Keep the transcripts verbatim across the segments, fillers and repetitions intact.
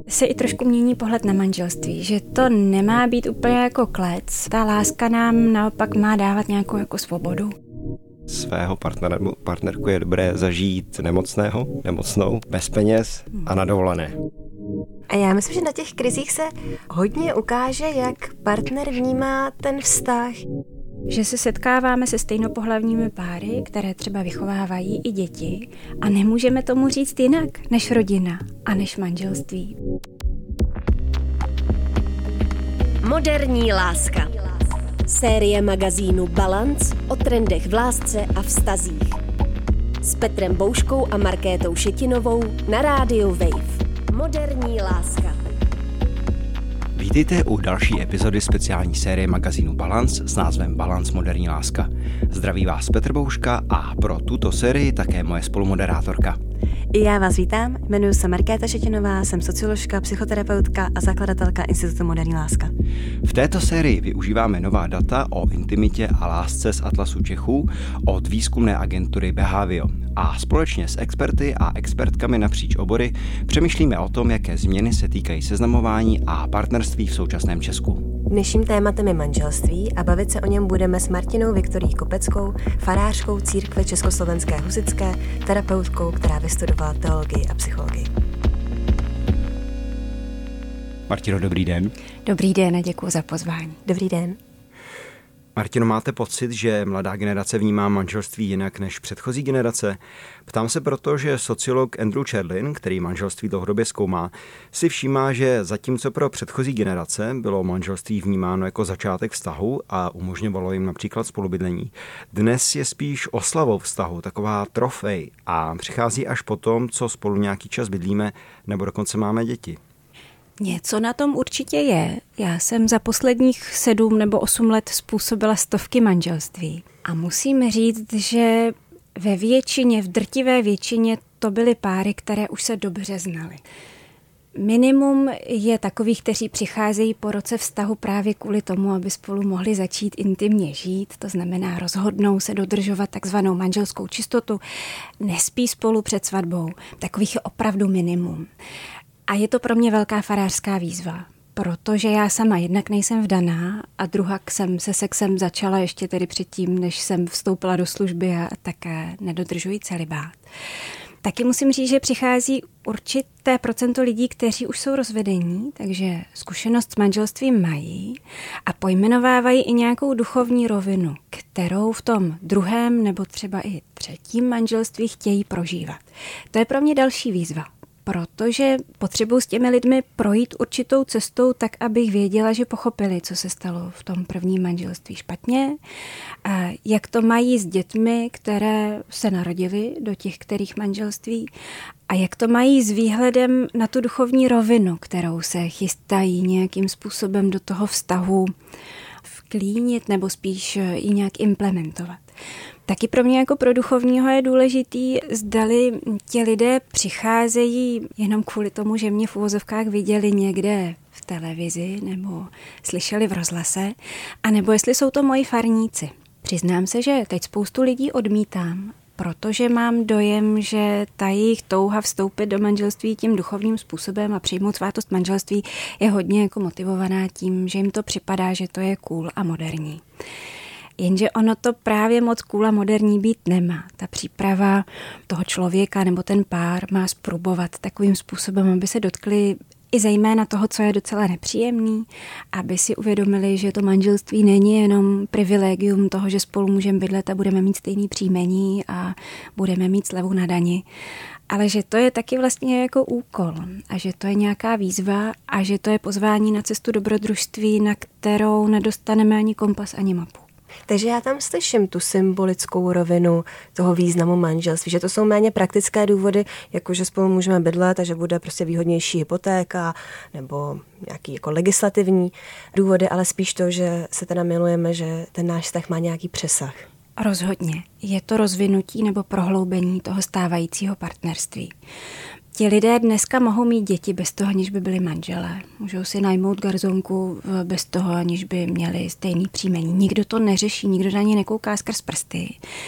se i trošku mění pohled na manželství, že to nemá být úplně jako klec. Ta láska nám naopak má dávat nějakou jako svobodu. Svého partnera nebo partnerku je dobré zažít nemocného, nemocnou, bez peněz a na dovolené. A já myslím, že na těch krizích se hodně ukáže, jak partner vnímá ten vztah. Že se setkáváme se stejnopohlavními páry, které třeba vychovávají i děti a nemůžeme tomu říct jinak než rodina a než manželství. Moderní láska. Série magazínu Balance o trendech v lásce a vztazích. S Petrem Bouškou a Markétou Šetinovou na rádiu Wave. Moderní láska. Vítejte u další epizody speciální série magazínu Balance s názvem Balance moderní láska. Zdraví vás Petr Bouška a pro tuto sérii také moje spolumoderátorka. I já vás vítám, jmenuji se Markéta Šetinová, jsem socioložka, psychoterapeutka a zakladatelka Institutu moderní láska. V této sérii využíváme nová data o intimitě a lásce z Atlasu Čechů od výzkumné agentury Behavio. A společně s experty a expertkami napříč obory přemýšlíme o tom, jaké změny se týkají seznamování a partnerství v současném Česku. Dnešním tématem je manželství a bavit se o něm budeme s Martinou Viktorií Kopeckou, farářkou církve Československé husitské, terapeutkou, která vystudovala teologii a psychologii. Martino, dobrý den. Dobrý den a děkuji za pozvání. Dobrý den. Martino, máte pocit, že mladá generace vnímá manželství jinak než předchozí generace? Ptám se proto, že sociolog Andrew Cherlin, který manželství dlouhodobě zkoumá, si všímá, že zatímco pro předchozí generace bylo manželství vnímáno jako začátek vztahu a umožňovalo jim například spolubydlení, dnes je spíš oslavou vztahu, taková trofej a přichází až potom, co spolu nějaký čas bydlíme nebo dokonce máme děti. Něco na tom určitě je. Já jsem za posledních sedm nebo osm let způsobila stovky manželství. A musím říct, že ve většině, v drtivé většině to byly páry, které už se dobře znaly. Minimum je takových, kteří přicházejí po roce vztahu právě kvůli tomu, aby spolu mohli začít intimně žít, to znamená rozhodnou se dodržovat takzvanou manželskou čistotu, nespí spolu před svatbou. Takových je opravdu minimum. A je to pro mě velká farářská výzva, protože já sama jednak nejsem vdaná a druhak jsem se sexem začala ještě tedy předtím, než jsem vstoupila do služby a také nedodržuji celibát. Taky musím říct, že přichází určité procento lidí, kteří už jsou rozvedení, takže zkušenost s manželstvím mají a pojmenovávají i nějakou duchovní rovinu, kterou v tom druhém nebo třeba i třetím manželství chtějí prožívat. To je pro mě další výzva. Protože potřebuji s těmi lidmi projít určitou cestou tak, abych věděla, že pochopili, co se stalo v tom prvním manželství špatně, a jak to mají s dětmi, které se narodily do těch kterých manželství a jak to mají s výhledem na tu duchovní rovinu, kterou se chystají nějakým způsobem do toho vztahu vklínit nebo spíš ji nějak implementovat. Taky pro mě jako pro duchovního je důležitý, zdali ti lidé přicházejí jenom kvůli tomu, že mě v uvozovkách viděli někde v televizi nebo slyšeli v rozhlase, anebo jestli jsou to moji farníci. Přiznám se, že teď spoustu lidí odmítám, protože mám dojem, že ta jejich touha vstoupit do manželství tím duchovním způsobem a přijmout svátost manželství je hodně jako motivovaná tím, že jim to připadá, že to je cool a moderní. Jenže ono to právě moc cool a moderní být nemá. Ta příprava toho člověka nebo ten pár má zprubovat takovým způsobem, aby se dotkli i zejména toho, co je docela nepříjemný, aby si uvědomili, že to manželství není jenom privilegium toho, že spolu můžeme bydlet a budeme mít stejný příjmení a budeme mít slevu na dani, ale že to je taky vlastně jako úkol a že to je nějaká výzva a že to je pozvání na cestu dobrodružství, na kterou nedostaneme ani kompas, ani mapu. Takže já tam slyším tu symbolickou rovinu toho významu manželství, že to jsou méně praktické důvody, jako že spolu můžeme bydlet a že bude prostě výhodnější hypotéka nebo nějaký jako legislativní důvody, ale spíš to, že se teda milujeme, že ten náš vztah má nějaký přesah. Rozhodně. Je to rozvinutí nebo prohloubení toho stávajícího partnerství. Ti lidé dneska mohou mít děti bez toho, aniž by byli manželé. Můžou si najmout garzonku bez toho, aniž by měli stejný příjmení. Nikdo to neřeší, nikdo na ně nekouká skrz prsty.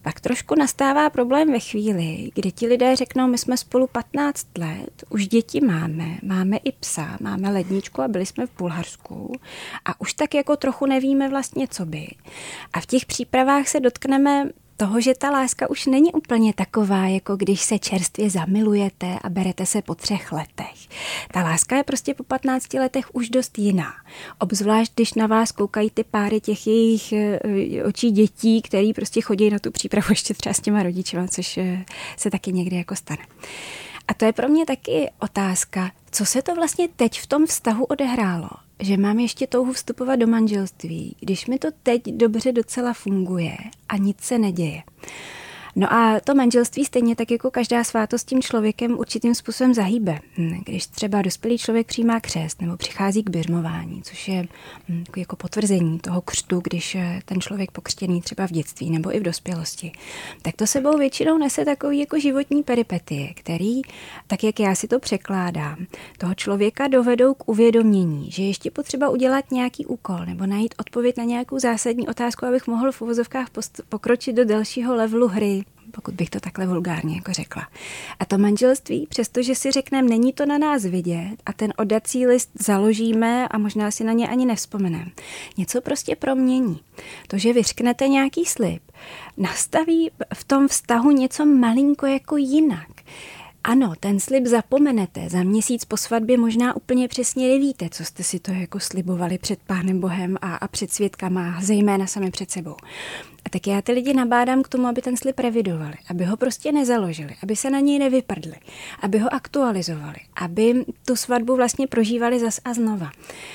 Pak trošku nastává problém ve chvíli, kdy ti lidé řeknou, my jsme spolu patnáct let, už děti máme, máme i psa, máme ledničku a byli jsme v Bulharsku a už tak jako trochu nevíme vlastně, co by. A v těch přípravách se dotkneme toho, že ta láska už není úplně taková, jako když se čerstvě zamilujete a berete se po třech letech. Ta láska je prostě po patnácti letech už dost jiná. Obzvlášť, když na vás koukají ty páry těch jejich očí dětí, který prostě chodí na tu přípravu ještě třeba s těma rodičima, což se taky někdy jako stane. A to je pro mě taky otázka, co se to vlastně teď v tom vztahu odehrálo, že mám ještě touhu vstupovat do manželství, když mi to teď dobře docela funguje a nic se neděje. No a to manželství stejně tak jako každá svátost tím člověkem určitým způsobem zahýbe. Když třeba dospělý člověk přijímá křest nebo přichází k biřmování, což je jako potvrzení toho křtu, když ten člověk pokřtěný třeba v dětství nebo i v dospělosti, tak to sebou většinou nese takový jako životní peripetie, který, tak jak já si to překládám, toho člověka dovedou k uvědomění, že ještě potřeba udělat nějaký úkol nebo najít odpověď na nějakou zásadní otázku, abych mohl v uvozovkách post- pokročit do dalšího levelu hry, pokud bych to takhle vulgárně jako řekla. A to manželství, přestože si řekneme, není to na nás vidět a ten oddací list založíme a možná si na ně ani nevzpomeneme. Něco prostě promění. To, že vyřknete nějaký slib, nastaví v tom vztahu něco malinko jako jinak. Ano, ten slib zapomenete, za měsíc po svatbě možná úplně přesně nevíte, co jste si to jako slibovali před Pánem Bohem a, a před svědkama, zejména sami před sebou. A tak já ty lidi nabádám k tomu, aby ten slib revidovali, aby ho prostě nezaložili, aby se na něj nevyprdli, aby ho aktualizovali, aby tu svatbu vlastně prožívali zas a znova.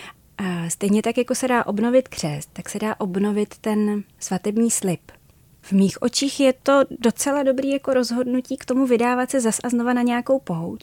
A stejně tak, jako se dá obnovit křest, tak se dá obnovit ten svatební slib. V mých očích je to docela dobrý jako rozhodnutí k tomu vydávat se zas a znova na nějakou pouť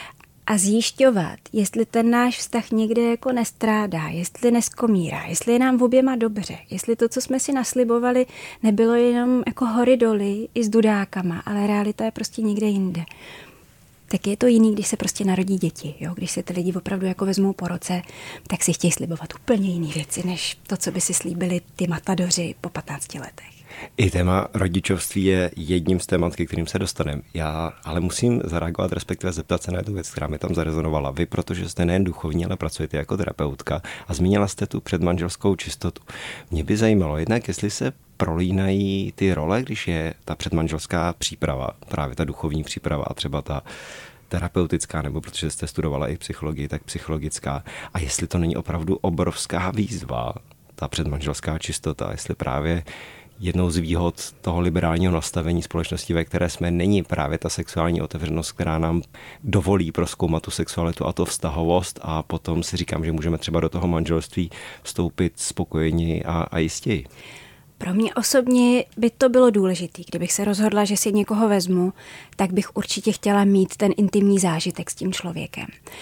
a zjišťovat, jestli ten náš vztah někde jako nestrádá, jestli neskomírá, jestli je nám v oběma dobře, jestli to, co jsme si naslibovali, nebylo jenom jako hory doly i s dudákama, ale realita je prostě někde jinde. Tak je to jiný, když se prostě narodí děti. Jo? Když se ty lidi opravdu jako vezmou po roce, tak si chtějí slibovat úplně jiné věci, než to, co by si slíbili ty matadoři po patnácti letech. I téma rodičovství je jedním z témat, ke kterým se dostaneme. Já ale musím zareagovat, respektive zeptat se na tu věc, která mi tam zarezonovala. Vy, protože jste nejen duchovní, ale pracujete jako terapeutka a zmínila jste tu předmanželskou čistotu. Mě by zajímalo jednak, jestli se prolínají ty role, když je ta předmanželská příprava, právě ta duchovní příprava a třeba ta terapeutická, nebo protože jste studovala i psychologii, tak psychologická. A jestli to není opravdu obrovská výzva, ta předmanželská čistota, jestli právě jednou z výhod toho liberálního nastavení společnosti, ve které jsme, není právě ta sexuální otevřenost, která nám dovolí prozkoumat tu sexualitu a to vztahovost a potom si říkám, že můžeme třeba do toho manželství vstoupit spokojení a, a jistěji. Pro mě osobně by to bylo důležité. Kdybych se rozhodla, že si někoho vezmu, tak bych určitě chtěla mít ten intimní zážitek s tím člověkem.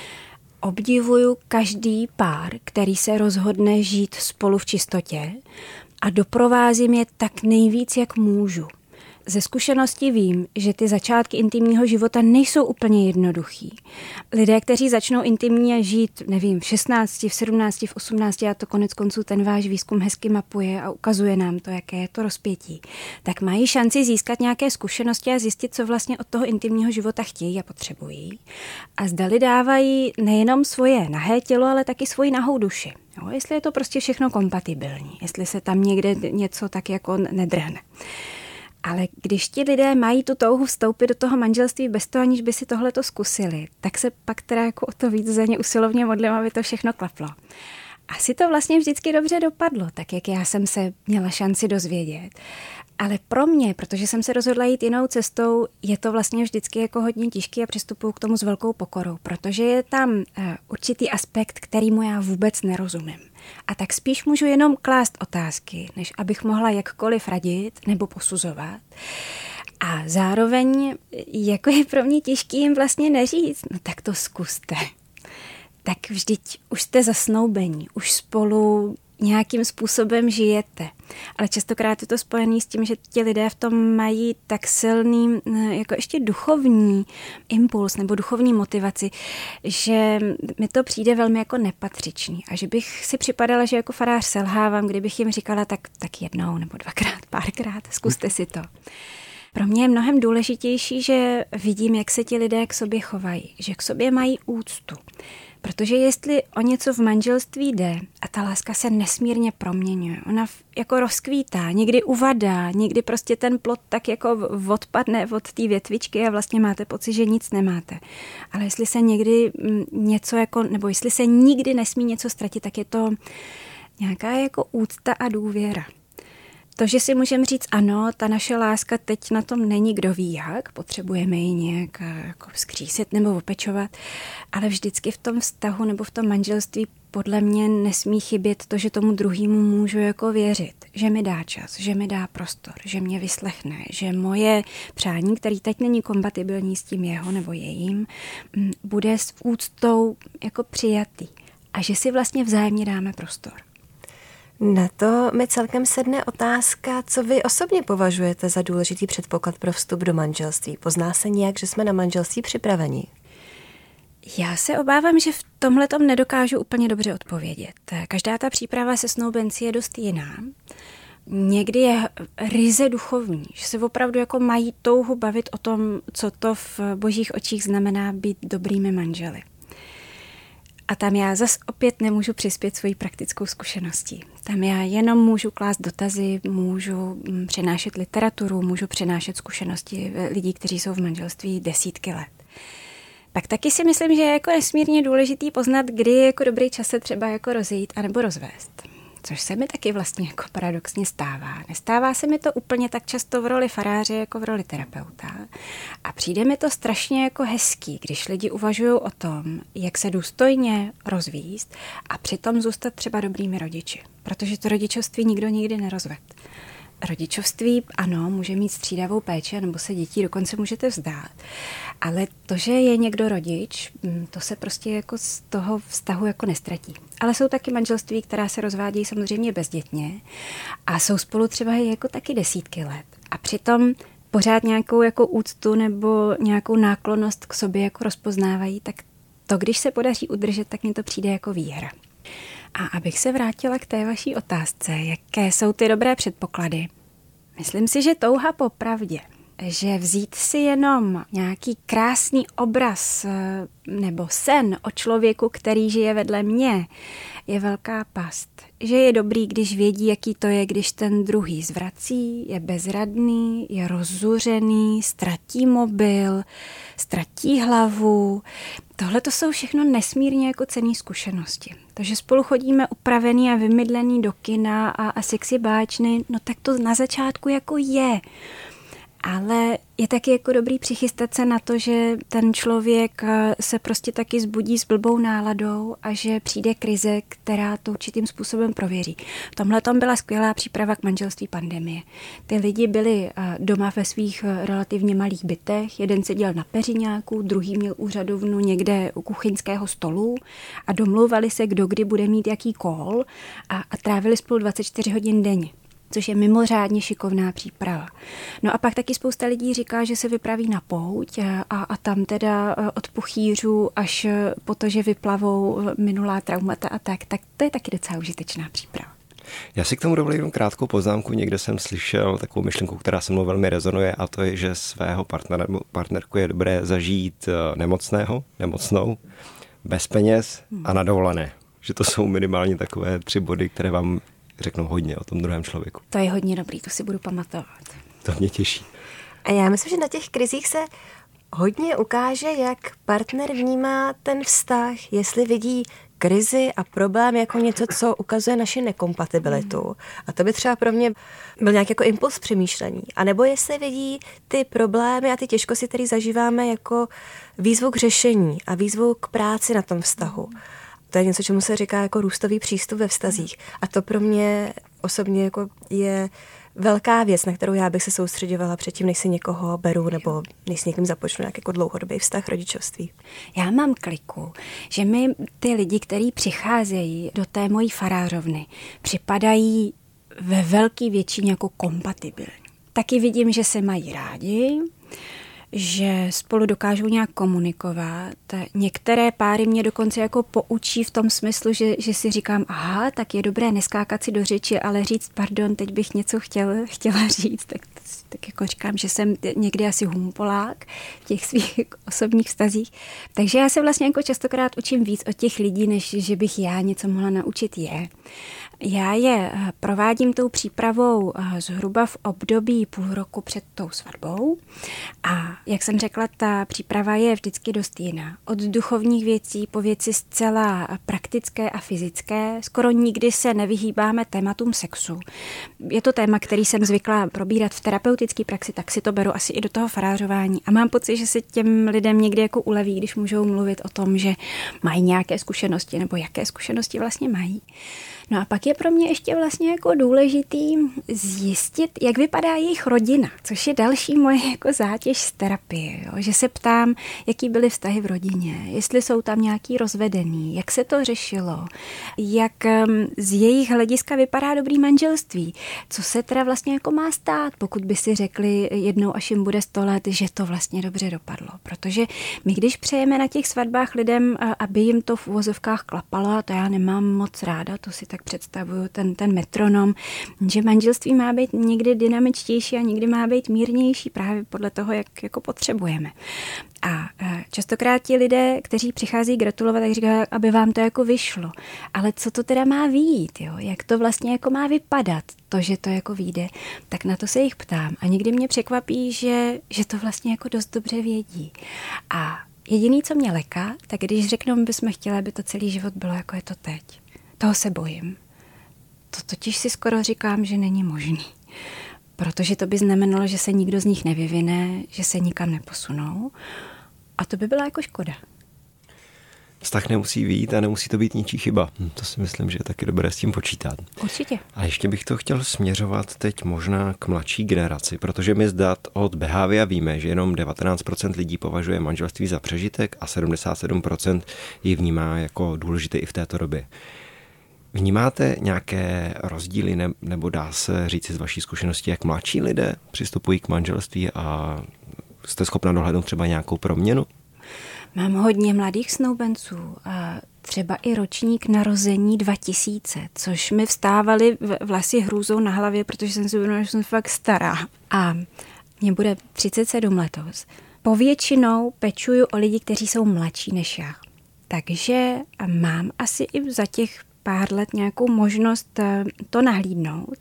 Obdivuju každý pár, který se rozhodne žít spolu v čistotě a doprovázím je tak nejvíc, jak můžu. Ze zkušenosti vím, že ty začátky intimního života nejsou úplně jednoduchý. Lidé, kteří začnou intimně žít, nevím, v šestnácti, v sedmnácti, v osmnácti, a to konec konců ten váš výzkum hezky mapuje a ukazuje nám to, jaké je to rozpětí, tak mají šanci získat nějaké zkušenosti a zjistit, co vlastně od toho intimního života chtějí a potřebují. A zdali dávají nejenom svoje nahé tělo, ale taky svoji nahou duši. Jo, jestli je to prostě všechno kompatibilní, jestli se tam někde něco tak jako nedrhne. Ale když ti lidé mají tu touhu vstoupit do toho manželství bez toho, aniž by si tohleto zkusili, tak se pak teda jako o to víc za ně usilovně modlím, aby to všechno klaplo. Asi to vlastně vždycky dobře dopadlo, tak jak já jsem se měla šanci dozvědět. Ale pro mě, protože jsem se rozhodla jít jinou cestou, je to vlastně vždycky jako hodně těžké a přistupuju k tomu s velkou pokorou, protože je tam určitý aspekt, kterýmu já vůbec nerozumím. A tak spíš můžu jenom klást otázky, než abych mohla jakkoliv radit nebo posuzovat. A zároveň, jako je pro mě těžký jim vlastně neříct, no tak to zkuste. Tak vždyť už jste zasnoubení, už spolu nějakým způsobem žijete. Ale častokrát je to spojené s tím, že ti lidé v tom mají tak silný, jako ještě duchovní impuls nebo duchovní motivaci, že mi to přijde velmi jako nepatřičný. A že bych si připadala, že jako farář selhávám, kdybych jim říkala tak, tak jednou nebo dvakrát, párkrát, zkuste si to. Pro mě je mnohem důležitější, že vidím, jak se ti lidé k sobě chovají, že k sobě mají úctu. Protože jestli o něco v manželství jde a ta láska se nesmírně proměňuje, ona jako rozkvítá, někdy uvadá, někdy prostě ten plod tak jako odpadne od té větvičky a vlastně máte pocit, že nic nemáte. Ale jestli se někdy něco jako, nebo jestli se nikdy nesmí něco ztratit, tak je to nějaká jako úcta a důvěra. To, že si můžeme říct, ano, ta naše láska teď na tom není kdo ví jak, potřebujeme ji nějak jako vzkřísit nebo opečovat, ale vždycky v tom vztahu nebo v tom manželství podle mě nesmí chybět to, že tomu druhému můžu jako věřit, že mi dá čas, že mi dá prostor, že mě vyslechne, že moje přání, který teď není kompatibilní s tím jeho nebo jejím, bude s úctou jako přijatý a že si vlastně vzájemně dáme prostor. Na to mi celkem sedne otázka, co vy osobně považujete za důležitý předpoklad pro vstup do manželství. Pozná se nějak, že jsme na manželství připraveni? Já se obávám, že v tomhletom nedokážu úplně dobře odpovědět. Každá ta příprava se snoubenci je dost jiná. Někdy je ryze duchovní, že se opravdu jako mají touhu bavit o tom, co to v božích očích znamená být dobrými manželi. A tam já zas opět nemůžu přispět svojí praktickou zkušeností. Tam já jenom můžu klást dotazy, můžu přinášet literaturu, můžu přinášet zkušenosti lidí, kteří jsou v manželství desítky let. Pak taky si myslím, že je jako nesmírně důležitý poznat, kdy je jako dobrý čas se třeba jako rozejít anebo rozvést. Což se mi taky vlastně jako paradoxně stává. Nestává se mi to úplně tak často v roli faráře jako v roli terapeuta. A přijde mi to strašně jako hezký, když lidi uvažují o tom, jak se důstojně rozvíst a přitom zůstat třeba dobrými rodiči. Protože to rodičovství nikdo nikdy nerozved. Rodičovství, ano, může mít střídavou péči, nebo se dětí dokonce můžete vzdát. Ale to, že je někdo rodič, to se prostě jako z toho vztahu jako nestratí. Ale jsou taky manželství, která se rozvádějí samozřejmě bezdětně a jsou spolu třeba jako taky desítky let. A přitom pořád nějakou jako úctu nebo nějakou náklonnost k sobě jako rozpoznávají, tak to, když se podaří udržet, tak mi to přijde jako výhra. A abych se vrátila k té vaší otázce, jaké jsou ty dobré předpoklady, myslím si, že touha po pravdě, že vzít si jenom nějaký krásný obraz nebo sen o člověku, který žije vedle mě, je velká past. Že je dobrý, když vědí, jaký to je, když ten druhý zvrací, je bezradný, je rozzuřený, ztratí mobil, ztratí hlavu. Tohle to jsou všechno nesmírně jako cenné zkušenosti. To, že spolu chodíme upravený a vymydlený do kina a, a sexy báčny, no tak to na začátku jako je. Ale je taky jako dobrý přichystat se na to, že ten člověk se prostě taky zbudí s blbou náladou a že přijde krize, která to určitým způsobem prověří. V tomhle tom byla skvělá příprava k manželství pandemie. Ty lidi byli doma ve svých relativně malých bytech, jeden seděl na peřiňáku, druhý měl úřadovnu někde u kuchyňského stolu a domlouvali se, kdo kdy bude mít jaký kol a, a trávili spolu dvacet čtyři hodin denně. Což je mimořádně šikovná příprava. No a pak taky spousta lidí říká, že se vypraví na pouť a, a tam teda od puchýřů až po to, že vyplavou minulá traumata a tak, tak to je taky docela užitečná příprava. Já si k tomu dovolím jenom krátkou poznámku. Někde jsem slyšel takovou myšlenku, která se mnou velmi rezonuje, a to je, že svého partnera nebo partnerku je dobré zažít nemocného, nemocnou, bez peněz a na dovolené. Že to jsou minimálně takové tři body, které vám řeknou hodně o tom druhém člověku. To je hodně dobrý, to si budu pamatovat. To mě těší. A já myslím, že na těch krizích se hodně ukáže, jak partner vnímá ten vztah, jestli vidí krizi a problém jako něco, co ukazuje naši nekompatibilitu. A to by třeba pro mě byl nějaký jako impuls přemýšlení. A nebo jestli vidí ty problémy a ty těžkosti, které zažíváme, jako výzvu k řešení a výzvu k práci na tom vztahu. To je něco, čemu se říká jako růstový přístup ve vztazích. A to pro mě osobně jako je velká věc, na kterou já bych se soustředovala předtím, než si někoho beru nebo než s někým započnu nějak jako dlouhodobý vztah rodičovství. Já mám kliku, že mi ty lidi, kteří přicházejí do té mojí farářovny, připadají ve velké většině jako kompatibilní. Taky vidím, že se mají rádi, že spolu dokážou nějak komunikovat. Některé páry mě dokonce jako poučí v tom smyslu, že, že si říkám, aha, tak je dobré neskákat si do řeči, ale říct, pardon, teď bych něco chtěl, chtěla říct. Tak, tak jako říkám, že jsem někdy asi humpolák v těch svých osobních vztazích. Takže já se vlastně jako častokrát učím víc od těch lidí, než že bych já něco mohla naučit je. Já je provádím tou přípravou zhruba v období půl roku před tou svatbou a jak jsem řekla, ta příprava je vždycky dost jiná. Od duchovních věcí po věci zcela praktické a fyzické. Skoro nikdy se nevyhýbáme tématům sexu. Je to téma, který jsem zvykla probírat v terapeutické praxi, tak si to beru asi i do toho farářování. A mám pocit, že se těm lidem někdy jako uleví, když můžou mluvit o tom, že mají nějaké zkušenosti nebo jaké zkušenosti vlastně mají. No a pak je pro mě ještě vlastně jako důležitý zjistit, jak vypadá jejich rodina, což je další moje jako zátěž z terapie, jo? Že se ptám, jaký byly vztahy v rodině, jestli jsou tam nějaký rozvedený, jak se to řešilo, jak z jejich hlediska vypadá dobrý manželství, co se teda vlastně jako má stát, pokud by si řekli jednou, až jim bude sto let, že to vlastně dobře dopadlo. Protože my, když přejeme na těch svatbách lidem, aby jim to v uvozovkách klapalo, a to já nemám moc ráda, to si tak představuju, ten, ten metronom, že manželství má být někdy dynamičtější a někdy má být mírnější právě podle toho, jak jako potřebujeme. A častokrát ti lidé, kteří přichází gratulovat, tak říkají, aby vám to jako vyšlo. Ale co to teda má vyjít, jo? Jak to vlastně jako má vypadat, to, že to jako vyjde, tak na to se jich ptám. A někdy mě překvapí, že, že to vlastně jako dost dobře vědí. A jediný, co mě leká, tak když řeknou, my bychom chtěli, aby to celý život bylo, jako je to teď. Toho se bojím. To totiž si skoro říkám, že není možný. Protože to by znamenalo, že se nikdo z nich nevyvine, že se nikam neposunou. A to by byla jako škoda. Vztah nemusí vyjít a nemusí to být ničí chyba. To si myslím, že je taky dobré s tím počítat. Určitě. A ještě bych to chtěl směřovat teď možná k mladší generaci, protože my z dat od Behavia víme, že jenom devatenáct procent lidí považuje manželství za přežitek a sedmdesát sedm procent ji vnímá jako důležité i v této době. Vnímáte nějaké rozdíly, ne, nebo dá se říct z vaší zkušenosti, jak mladší lidé přistupují k manželství a jste schopna dohlédnout třeba nějakou proměnu? Mám hodně mladých snoubenců a třeba i ročník narození dva tisíce, což mi vstávaly vlasy hrůzou na hlavě, protože jsem si uvědomila, že jsem fakt stará. A mě bude třicet sedm letos. Povětšinou pečuju o lidi, kteří jsou mladší než já. Takže mám asi i za těch pár let nějakou možnost to nahlídnout.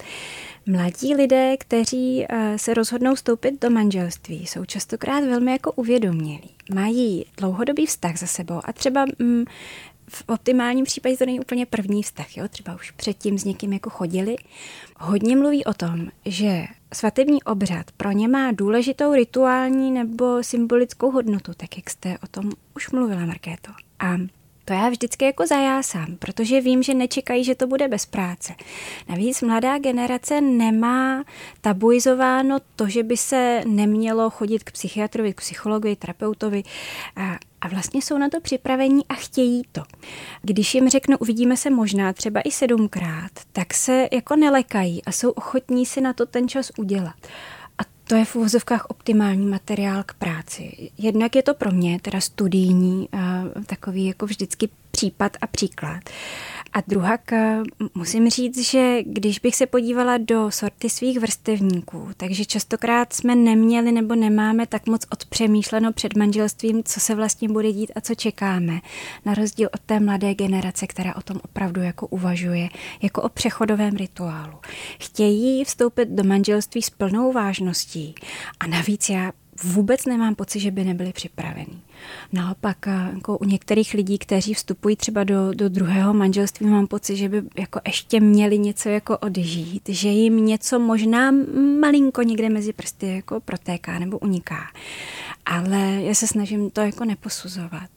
Mladí lidé, kteří se rozhodnou vstoupit do manželství, jsou častokrát velmi jako uvědomělí. Mají dlouhodobý vztah za sebou a třeba mm, v optimálním případě to není úplně první vztah, jo? Třeba už předtím s někým jako chodili. Hodně mluví o tom, že svatební obřad pro ně má důležitou rituální nebo symbolickou hodnotu, tak jak jste o tom už mluvila, Markéto. A to já vždycky jako zajásám, protože vím, že nečekají, že to bude bez práce. Navíc mladá generace nemá tabuizováno to, že by se nemělo chodit k psychiatrovi, k psychologovi, terapeutovi a, a vlastně jsou na to připravení a chtějí to. Když jim řeknu, uvidíme se možná třeba i sedmkrát, tak se jako nelekají a jsou ochotní si na to ten čas udělat. To je v uvozovkách optimální materiál k práci. Jednak je to pro mě teda studijní, takový jako vždycky případ a příklad. A druhak musím říct, že když bych se podívala do sorty svých vrstevníků, takže častokrát jsme neměli nebo nemáme tak moc odpřemýšleno před manželstvím, co se vlastně bude dít a co čekáme. Na rozdíl od té mladé generace, která o tom opravdu jako uvažuje, jako o přechodovém rituálu. Chtějí vstoupit do manželství s plnou vážností a navíc já vůbec nemám pocit, že by nebyli připravení. Naopak jako u některých lidí, kteří vstupují třeba do, do druhého manželství, mám pocit, že by jako ještě měli něco jako odžít, že jim něco možná malinko někde mezi prsty jako protéká nebo uniká. ale já se snažím to jako neposuzovat.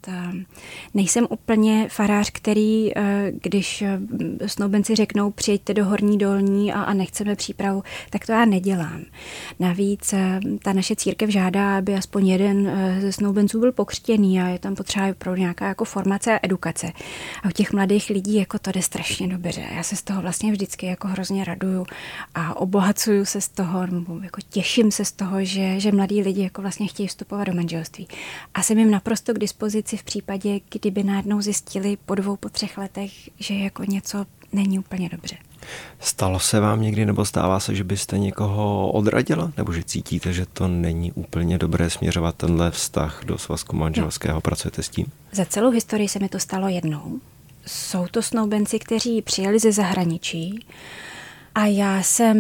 Nejsem úplně farář, který, když snoubenci řeknou přijeďte do Horní Dolní a, a nechceme přípravu, tak to já nedělám. Navíc ta naše církev žádá, aby aspoň jeden ze snoubenců byl pokřtěný a je tam potřeba pro nějaká jako formace a edukace. A u těch mladých lidí jako to jde strašně dobře. Já se z toho vlastně vždycky jako hrozně raduju a obohacuju se z toho, nebo jako těším se z toho, že, že mladí lidi jako vlastně chtějí vstupovat do manželství. A jsem jim naprosto k dispozici v případě, kdyby najednou zjistili po dvou, po třech letech, že jako něco není úplně dobře. Stalo se vám někdy, nebo stává se, že byste někoho odradila? Nebo že cítíte, že to není úplně dobré směřovat tenhle vztah do svazku manželského? No. Pracujete s tím? Za celou historii se mi to stalo jednou. Jsou to snoubenci, kteří přijeli ze zahraničí a já jsem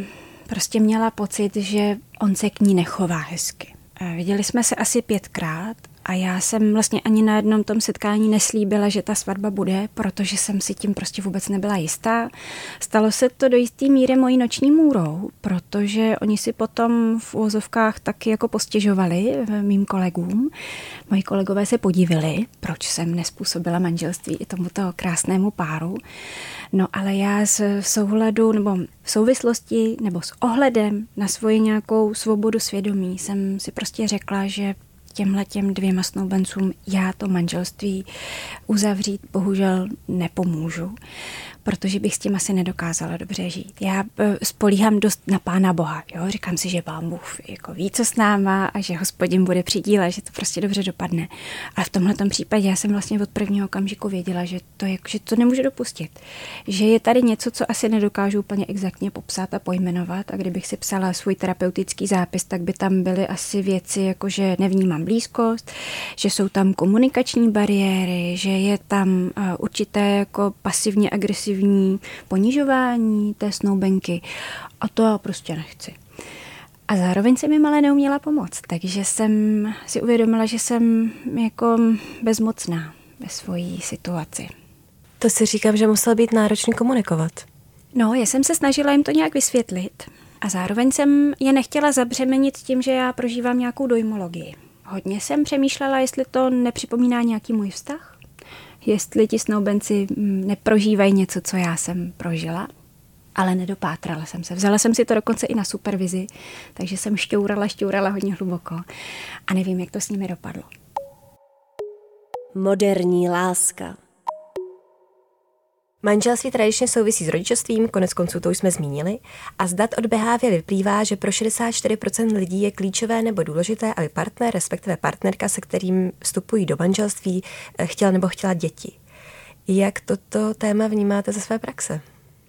prostě měla pocit, že on se k ní nechová hezky. Viděli jsme se asi pětkrát a já jsem vlastně ani na jednom tom setkání neslíbila, že ta svatba bude, protože jsem si tím prostě vůbec nebyla jistá. Stalo se to do jisté míry mojí noční můrou, protože oni si potom v uvozovkách taky jako postěžovali mým kolegům. Moji kolegové se podivili, proč jsem nespůsobila manželství i tomuto krásnému páru. No ale já z souhledu nebo v souvislosti nebo s ohledem na svoji nějakou svobodu svědomí jsem si prostě řekla, že těmhle těm dvěma snoubencům já to manželství uzavřít bohužel nepomůžu, protože bych s tím asi nedokázala dobře žít. Já spolíhám dost na Pána Boha, jo? Říkám si, že Pán Bůh jako ví, co s náma a že Hospodin bude při díle, že to prostě dobře dopadne. Ale v tomhletom případě já jsem vlastně od prvního okamžiku věděla, že to, je, že to nemůžu dopustit. Že je tady něco, co asi nedokážu úplně exaktně popsat a pojmenovat, a kdybych si psala svůj terapeutický zápis, tak by tam byly asi věci, jako že nevnímám blízkost, že jsou tam komunikační bariéry, že je tam určité jako pasivně agresivní ponižování té snoubenky a to já prostě nechci. A zároveň jsem jim ale neuměla pomoct, takže jsem si uvědomila, že jsem jako bezmocná ve svojí situaci. To si říkám, že musela být náročný komunikovat. No, já jsem se snažila jim to nějak vysvětlit a zároveň jsem je nechtěla zabřemenit tím, že já prožívám nějakou dojmologii. Hodně jsem přemýšlela, jestli to nepřipomíná nějaký můj vztah, jestli ti snoubenci neprožívají něco, co já jsem prožila, ale nedopátrala jsem se. Vzala jsem si to dokonce i na supervizi, takže jsem šťourala, šťourala hodně hluboko a nevím, jak to s nimi dopadlo. Moderní láska. Manželství tradičně souvisí s rodičovstvím, konec konců to už jsme zmínili, a z dat od Behavia vyplývá, že pro šedesát čtyři procent lidí je klíčové nebo důležité, aby partner, respektive partnerka, se kterým vstupují do manželství, chtěl nebo chtěla děti. Jak toto téma vnímáte ze své praxe?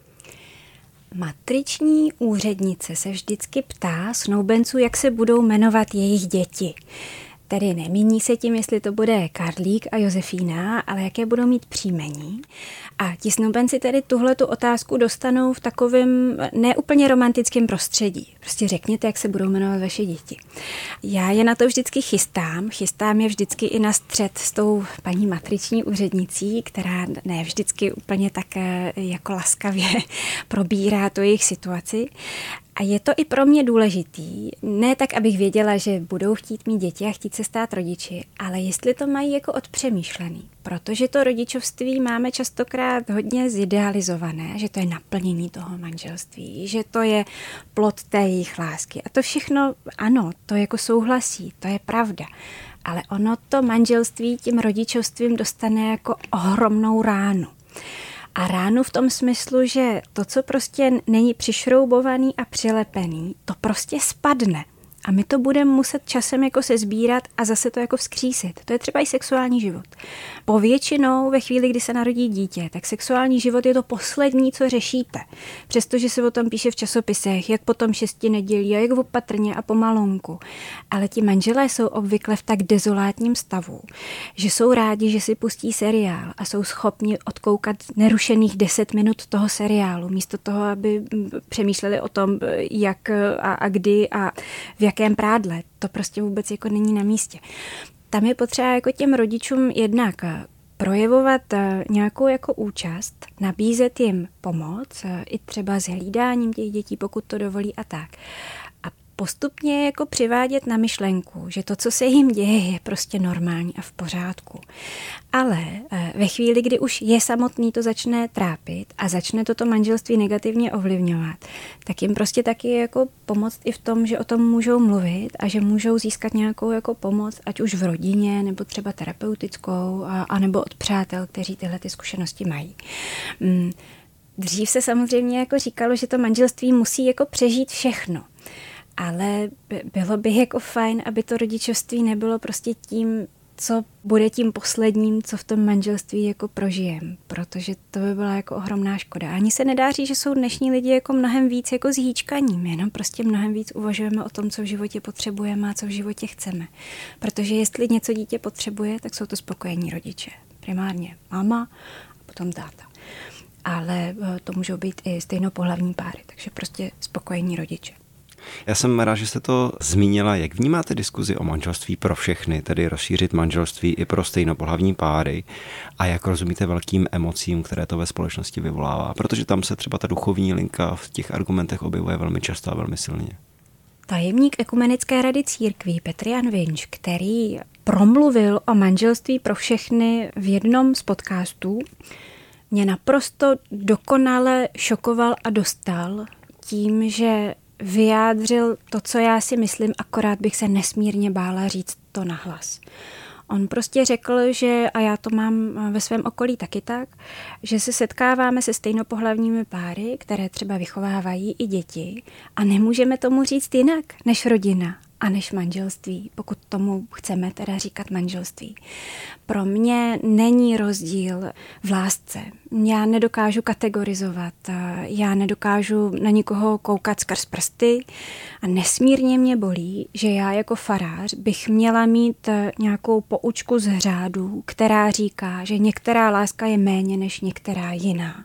Matriční úřednice se vždycky ptá snoubenců, jak se budou jmenovat jejich děti. Tedy nemíní se tím, jestli to bude Karlík a Josefína, ale jaké budou mít příjmení. A ti snoubenci tedy tuhletu otázku dostanou v takovém neúplně romantickém prostředí. Prostě řekněte, jak se budou jmenovat vaše děti. Já je na to vždycky chystám. Chystám je vždycky i na střet s tou paní matriční úřednicí, která ne vždycky úplně tak jako laskavě probírá tu jejich situaci. A je to i pro mě důležitý, ne tak, abych věděla, že budou chtít mít děti a chtít se stát rodiči, ale jestli to mají jako odpřemýšlený. Protože to rodičovství máme častokrát hodně zidealizované, že to je naplnění toho manželství, že to je plod té jejich lásky. A to všechno, ano, to jako souhlasí, to je pravda. Ale ono to manželství tím rodičovstvím dostane jako ohromnou ránu. A ránu v tom smyslu, že to, co prostě není přišroubovaný a přilepený, to prostě spadne. A my to budeme muset časem jako se sbírat a zase to jako vzkřísit. To je třeba i sexuální život. Povětšinou ve chvíli, kdy se narodí dítě, tak sexuální život je to poslední, co řešíte. Přestože se o tom píše v časopisech, jak potom šesti nedělí a jak opatrně a pomalonku. Ale ti manželé jsou obvykle v tak dezolátním stavu, že jsou rádi, že si pustí seriál a jsou schopni odkoukat nerušených deset minut toho seriálu, místo toho, aby přemýšleli o tom, jak a, a kdy a v jakém prádle. To prostě vůbec jako není na místě. Tam je potřeba jako těm rodičům jednak projevovat nějakou jako účast, nabízet jim pomoc, i třeba s hlídáním těch dětí, pokud to dovolí a tak. A postupně jako přivádět na myšlenku, že to, co se jim děje, je prostě normální a v pořádku. Ale ve chvíli, kdy už je samotný to začne trápit a začne toto manželství negativně ovlivňovat, tak jim prostě taky jako pomoct i v tom, že o tom můžou mluvit a že můžou získat nějakou jako pomoc, ať už v rodině, nebo třeba terapeutickou, a, a nebo od přátel, kteří tyhle ty zkušenosti mají. Mm. Dřív se samozřejmě jako říkalo, že to manželství musí jako přežít všechno. Ale bylo by jako fajn, aby to rodičovství nebylo prostě tím, co bude tím posledním, co v tom manželství jako prožijem, protože to by byla jako ohromná škoda. Ani se nedá říct, že jsou dnešní lidi jako mnohem víc jako zhýčkaním, jenom prostě mnohem víc uvažujeme o tom, co v životě potřebujeme a co v životě chceme. Protože jestli něco dítě potřebuje, tak jsou to spokojení rodiče. Primárně máma a potom táta. Ale to můžou být i stejnopohlavní páry, takže prostě spokojení rodiče. Já jsem rád, že jste to zmínila. Jak vnímáte diskuzi o manželství pro všechny, tedy rozšířit manželství i pro stejnopohlavní páry, a jak rozumíte velkým emocím, které to ve společnosti vyvolává? Protože tam se třeba ta duchovní linka v těch argumentech objevuje velmi často a velmi silně. Tajemník Ekumenické rady církví Petr Jan Vinč, který promluvil o manželství pro všechny v jednom z podcastů, mě naprosto dokonale šokoval a dostal tím, že vyjádřil to, co já si myslím, akorát bych se nesmírně bála říct to nahlas. On prostě řekl, že, a já to mám ve svém okolí taky tak, že se setkáváme se stejnopohlavními páry, které třeba vychovávají i děti, a nemůžeme tomu říct jinak než rodina a než manželství, pokud tomu chceme teda říkat manželství. Pro mě není rozdíl v lásce. Já nedokážu kategorizovat, já nedokážu na nikoho koukat skrz prsty a nesmírně mě bolí, že já jako farář bych měla mít nějakou poučku z řádu, která říká, že některá láska je méně než některá jiná.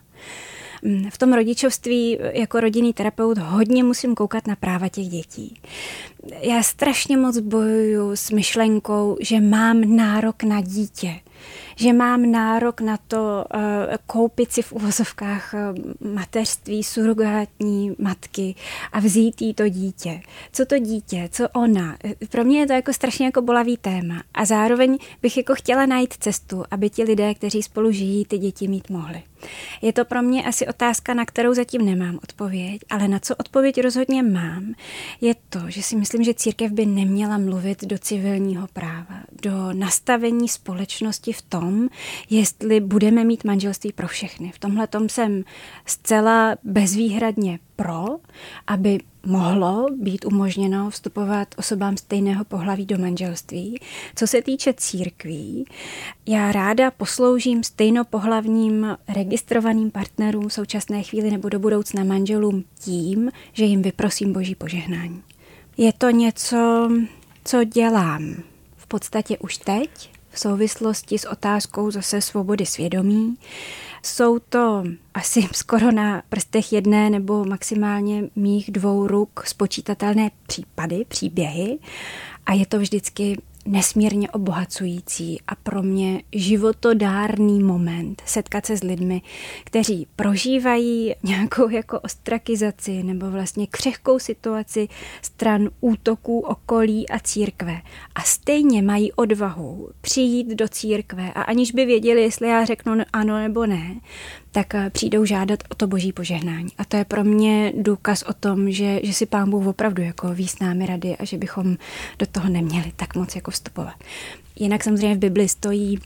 V tom rodičovství jako rodinný terapeut hodně musím koukat na práva těch dětí. Já strašně moc bojuju s myšlenkou, že mám nárok na dítě, že mám nárok na to uh, koupit si v uvozovkách uh, mateřství surogátní matky a vzít jí to dítě. Co to dítě, co ona? Pro mě je to jako strašně jako bolavý téma a zároveň bych jako chtěla najít cestu, aby ti lidé, kteří spolu žijí, ty děti mít mohli. Je to pro mě asi otázka, na kterou zatím nemám odpověď, ale na co odpověď rozhodně mám, je to, že si myslím, že církev by neměla mluvit do civilního práva, do nastavení společnosti v tom, jestli budeme mít manželství pro všechny. V tomhletom jsem zcela bezvýhradně pro, aby mohlo být umožněno vstupovat osobám stejného pohlaví do manželství. Co se týče církví, já ráda posloužím stejnopohlavním registrovaným partnerům v současné chvíli nebo do budoucna manželům tím, že jim vyprosím Boží požehnání. Je to něco, co dělám v podstatě už teď, v souvislosti s otázkou zase svobody svědomí. Jsou to asi skoro na prstech jedné nebo maximálně mých dvou ruk spočítatelné případy, příběhy, a je to vždycky nesmírně obohacující a pro mě životodárný moment setkat se s lidmi, kteří prožívají nějakou jako ostrakizaci nebo vlastně křehkou situaci stran útoků okolí a církve. A stejně mají odvahu přijít do církve a aniž by věděli, jestli já řeknu ano nebo ne, tak přijdou žádat o to Boží požehnání. A to je pro mě důkaz o tom, že, že si Pán Bůh opravdu jako ví s námi rady a že bychom do toho neměli tak moc jako vstupovat. Jinak samozřejmě v Bibli stojí,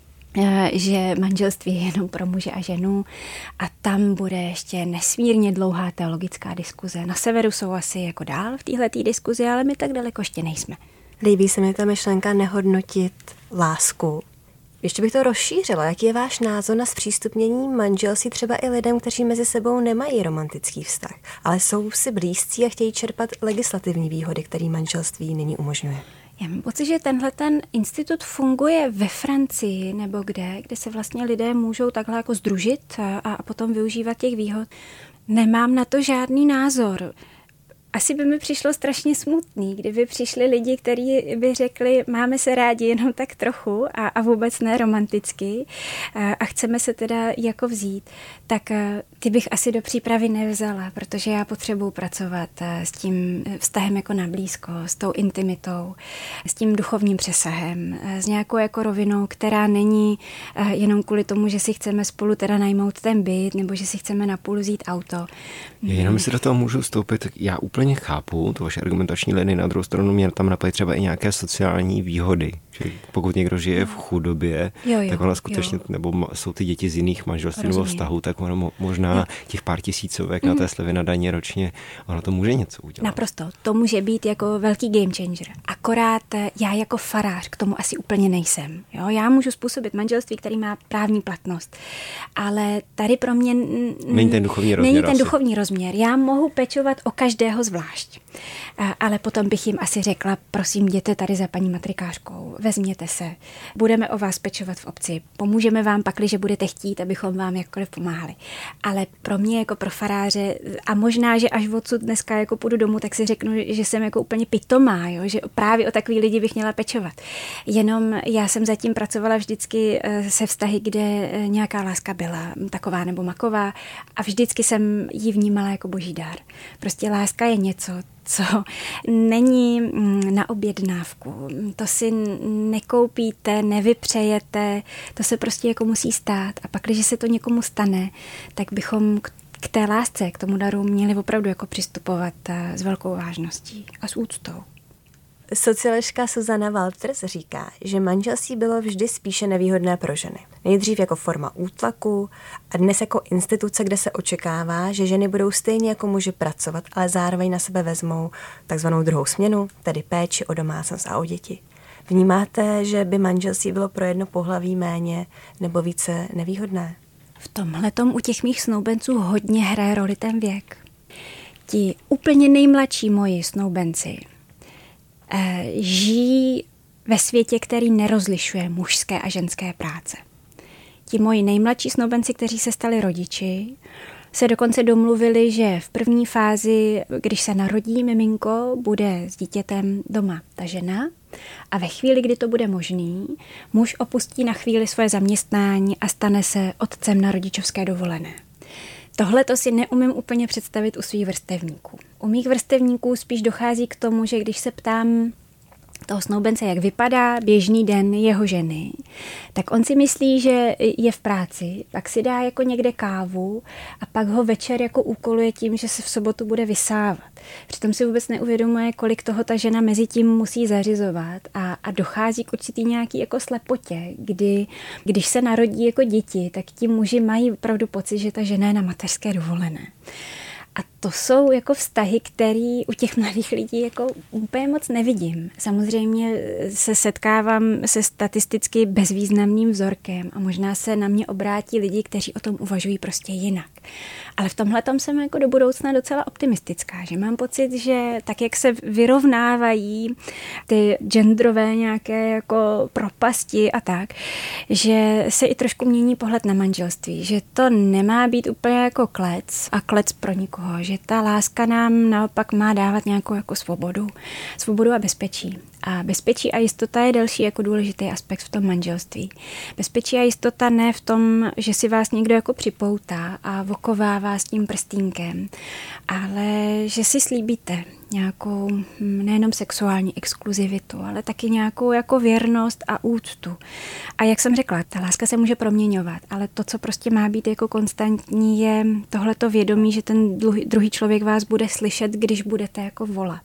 že manželství je jenom pro muže a ženu a tam bude ještě nesmírně dlouhá teologická diskuze. Na severu jsou asi jako dál v téhletý diskuzi, ale my tak daleko ještě nejsme. Líbí se mi ta myšlenka nehodnotit lásku. Ještě bych to rozšířila. Jaký je váš názor na zpřístupnění manželství třeba i lidem, kteří mezi sebou nemají romantický vztah, ale jsou si blízcí a chtějí čerpat legislativní výhody, které manželství nyní umožňuje? Já mám pocit, že tenhle ten institut funguje ve Francii nebo kde, kde se vlastně lidé můžou takhle jako sdružit a, a potom využívat těch výhod. Nemám na to žádný názor. asi by mi přišlo strašně smutný, kdyby přišli lidi, kteří by řekli, máme se rádi jenom tak trochu a, a vůbec ne romanticky a, a chceme se teda jako vzít, tak ty bych asi do přípravy nevzala, protože já potřebuji pracovat s tím vztahem jako na blízko, s tou intimitou, s tím duchovním přesahem, s nějakou jako rovinou, která není jenom kvůli tomu, že si chceme spolu teda najmout ten byt, nebo že si chceme napůl vzít auto. Jenom si do toho můžu vstoupit, já úplně chápu tu vaši argumentační linii, na druhou stranu mě tam napadají třeba i nějaké sociální výhody, že pokud někdo žije v chudobě, jo, jo, tak ona skutečně, jo. nebo jsou ty děti z jiných manželství nebo vztahů, tak ono možná jo. těch pár tisícovek mm. na té slevy na daně ročně, ono to může něco udělat. Naprosto, to může být jako velký game changer. Akorát já jako farář k tomu asi úplně nejsem. Jo? Já můžu způsobit manželství, který má právní platnost, ale tady pro mě n- není ten duchovní rozměr. Není ten duchovní rozměr. Já mohu pečovat o každého zvlášť, a, ale potom bych jim asi řekla, prosím, jděte tady za paní matrikářkou, vezměte se, budeme o vás pečovat v obci, pomůžeme vám pakli, že budete chtít, abychom vám jakkoliv pomáhali. Ale pro mě jako pro faráře, a možná, že až odsud dneska jako půjdu domů, tak si řeknu, že jsem jako úplně pitomá, jo? Že právě o takový lidi bych měla pečovat. Jenom já jsem zatím pracovala vždycky se vztahy, kde nějaká láska byla taková nebo maková a vždycky jsem ji vnímala jako boží dár. Prostě láska je něco, co není na objednávku. To si nekoupíte, nevypřejete, to se prostě jako musí stát. A pak, když se to někomu stane, tak bychom k té lásce, k tomu daru měli opravdu jako přistupovat s velkou vážností a s úctou. Socioložka Susanna Walters říká, že manželství bylo vždy spíše nevýhodné pro ženy. Nejdřív jako forma útlaku a dnes jako instituce, kde se očekává, že ženy budou stejně jako muži pracovat, ale zároveň na sebe vezmou takzvanou druhou směnu, tedy péči o domácnost a o děti. Vnímáte, že by manželství bylo pro jedno pohlaví méně nebo více nevýhodné? V tomhletom u těch mých snoubenců hodně hraje roli ten věk. Ti úplně nejmladší moji snoubenci žijí ve světě, který nerozlišuje mužské a ženské práce. Ti moji nejmladší snoubenci, kteří se stali rodiči, se dokonce domluvili, že v první fázi, když se narodí miminko, bude s dítětem doma ta žena a ve chvíli, kdy to bude možný, muž opustí na chvíli svoje zaměstnání a stane se otcem na rodičovské dovolené. Tohle to si neumím úplně představit u svých vrstevníků. U mých vrstevníků spíš dochází k tomu, že když se ptám toho snoubence, jak vypadá běžný den jeho ženy, tak on si myslí, že je v práci, pak si dá jako někde kávu a pak ho večer jako úkoluje tím, že se v sobotu bude vysávat. Přitom si vůbec neuvědomuje, kolik toho ta žena mezi tím musí zařizovat a, a dochází k určitý nějaký jako slepotě, kdy když se narodí jako děti, tak ti muži mají opravdu pocit, že ta žena je na mateřské dovolené. A to jsou jako vztahy, které u těch mladých lidí jako úplně moc nevidím. Samozřejmě se setkávám se statisticky bezvýznamným vzorkem a možná se na mě obrátí lidi, kteří o tom uvažují prostě jinak. Ale v tomhletom jsem jako do budoucna docela optimistická, že mám pocit, že tak, jak se vyrovnávají ty genderové nějaké jako propasti a tak, že se i trošku mění pohled na manželství, že to nemá být úplně jako klec a klec pro nikoho, že ta láska nám naopak má dávat nějakou jako svobodu, svobodu a bezpečí. A bezpečí a jistota je další jako důležitý aspekt v tom manželství. Bezpečí a jistota ne v tom, že si vás někdo jako připoutá a vokovává s tím prstínkem, ale že si slíbíte nějakou nejenom sexuální exkluzivitu, ale taky nějakou jako věrnost a úctu. A jak jsem řekla, ta láska se může proměňovat, ale to, co prostě má být jako konstantní, je tohleto vědomí, že ten druhý člověk vás bude slyšet, když budete jako volat.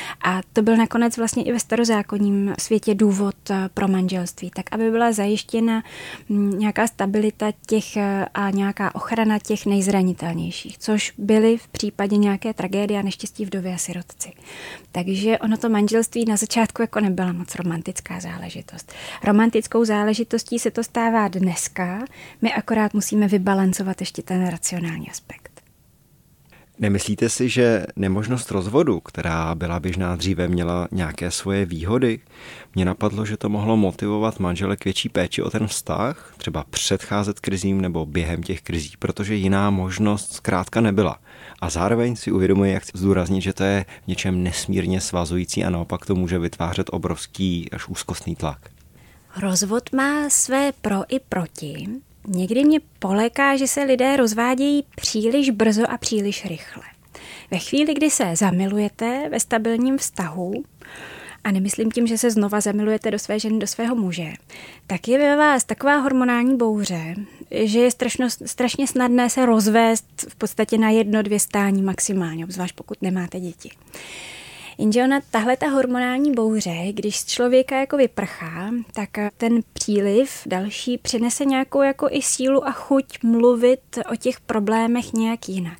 A to byl nakonec vlastně i ve starozákonním světě důvod pro manželství, tak aby byla zajištěna nějaká stabilita těch a nějaká ochrana těch nejzranitelnějších, což byly v případě nějaké tragédie a neštěstí vdovy a sirotci. Takže ono to manželství na začátku jako nebyla moc romantická záležitost. Romantickou záležitostí se to stává dneska, my akorát musíme vybalancovat ještě ten racionální aspekt. Nemyslíte si, že nemožnost rozvodu, která byla běžná dříve, měla nějaké svoje výhody? Mně napadlo, že to mohlo motivovat manžele k větší péči o ten vztah, třeba předcházet krizím nebo během těch krizí, protože jiná možnost zkrátka nebyla. A zároveň si uvědomuji, jak chci zdůraznit, že to je v něčem nesmírně svazující a naopak to může vytvářet obrovský až úzkostný tlak. Rozvod má své pro i proti. Někdy mě poléká, že se lidé rozvádějí příliš brzo a příliš rychle. Ve chvíli, kdy se zamilujete ve stabilním vztahu, a nemyslím tím, že se znova zamilujete do své ženy, do svého muže, tak je ve vás taková hormonální bouře, že je strašno, strašně snadné se rozvést v podstatě na jedno, dvě stání maximálně, obzvlášť pokud nemáte děti. Jenže ona, tahle ta hormonální bouře, když z člověka jako vyprchá, tak ten příliv další přinese nějakou jako i sílu a chuť mluvit o těch problémech nějak jinak.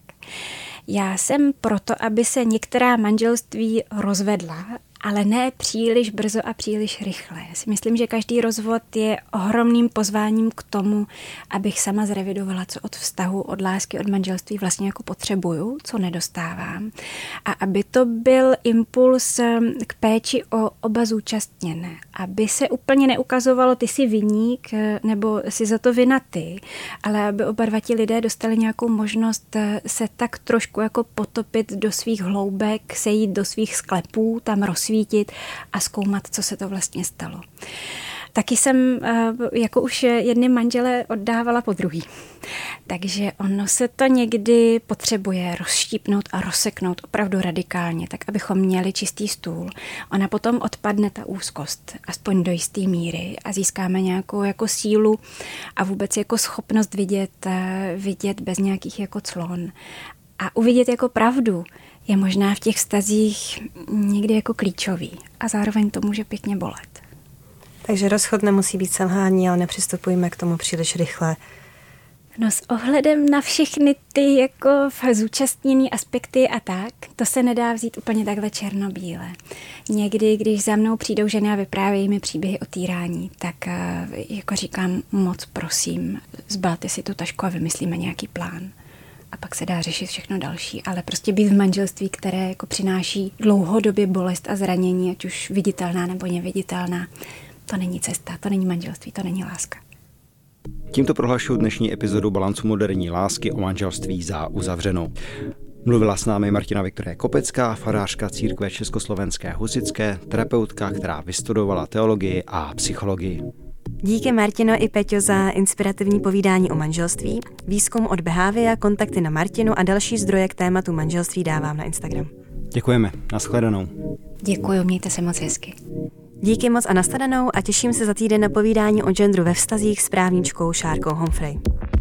Já jsem proto, aby se některá manželství rozvedla, ale ne příliš brzo a příliš rychle. Já si myslím, že každý rozvod je ohromným pozváním k tomu, abych sama zrevidovala, co od vztahu, od lásky, od manželství vlastně jako potřebuju, co nedostávám. A aby to byl impuls k péči o oba zúčastněné. Aby se úplně neukazovalo, ty jsi viník, nebo jsi za to vina ty, ale aby oba dva ti lidé dostali nějakou možnost se tak trošku jako potopit do svých hloubek, sejít do svých sklepů, tam rozsvítit a zkoumat, co se to vlastně stalo. Taky jsem jako už jedny manžele oddávala po druhý. Takže ono se to někdy potřebuje rozštípnout a rozseknout opravdu radikálně, tak abychom měli čistý stůl. Ona potom odpadne ta úzkost, aspoň do jisté míry a získáme nějakou jako sílu a vůbec jako schopnost vidět, vidět bez nějakých jako clon. A uvidět jako pravdu je možná v těch vztazích někdy jako klíčový a zároveň to může pěkně bolet. Takže rozchod nemusí být selhání, ale nepřistupujeme k tomu příliš rychle. No s ohledem na všechny ty jako zúčastněné aspekty a tak, to se nedá vzít úplně takhle černobíle. Někdy, když za mnou přijdou ženy a vyprávějí mi příběhy o týrání, tak jako říkám, moc prosím, zbalte si tu tašku a vymyslíme nějaký plán. A pak se dá řešit všechno další, ale prostě být v manželství, které jako přináší dlouhodobě bolest a zranění, ať už viditelná nebo neviditelná, to není cesta, to není manželství, to není láska. Tímto prohlašuji dnešní epizodu Balancu moderní lásky o manželství za uzavřenou. Mluvila s námi Martina Viktorie Kopecká, farářka církve československé husitské, terapeutka, která vystudovala teologii a psychologii. Díky Martino i Peťo za inspirativní povídání o manželství. Výzkum od Behavia, kontakty na Martinu a další zdroje k tématu manželství dávám na Instagram. Děkujeme, nashledanou. Děkuju, mějte se moc hezky. Díky moc a nashledanou a těším se za týden na povídání o genderu ve vztazích s právničkou Šárkou Humphrey.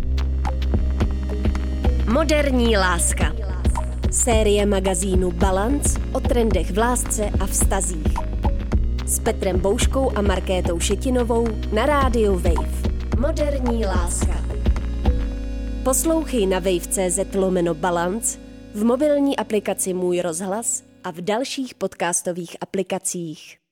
Moderní láska. Série magazínu Balance o trendech v lásce a vztazích. S Petrem Bouškou a Markétou Šetinovou na rádiu Wave. Moderní láska. Poslouchej na wave tečka cé zet lomeno balance, v mobilní aplikaci Můj rozhlas a v dalších podcastových aplikacích.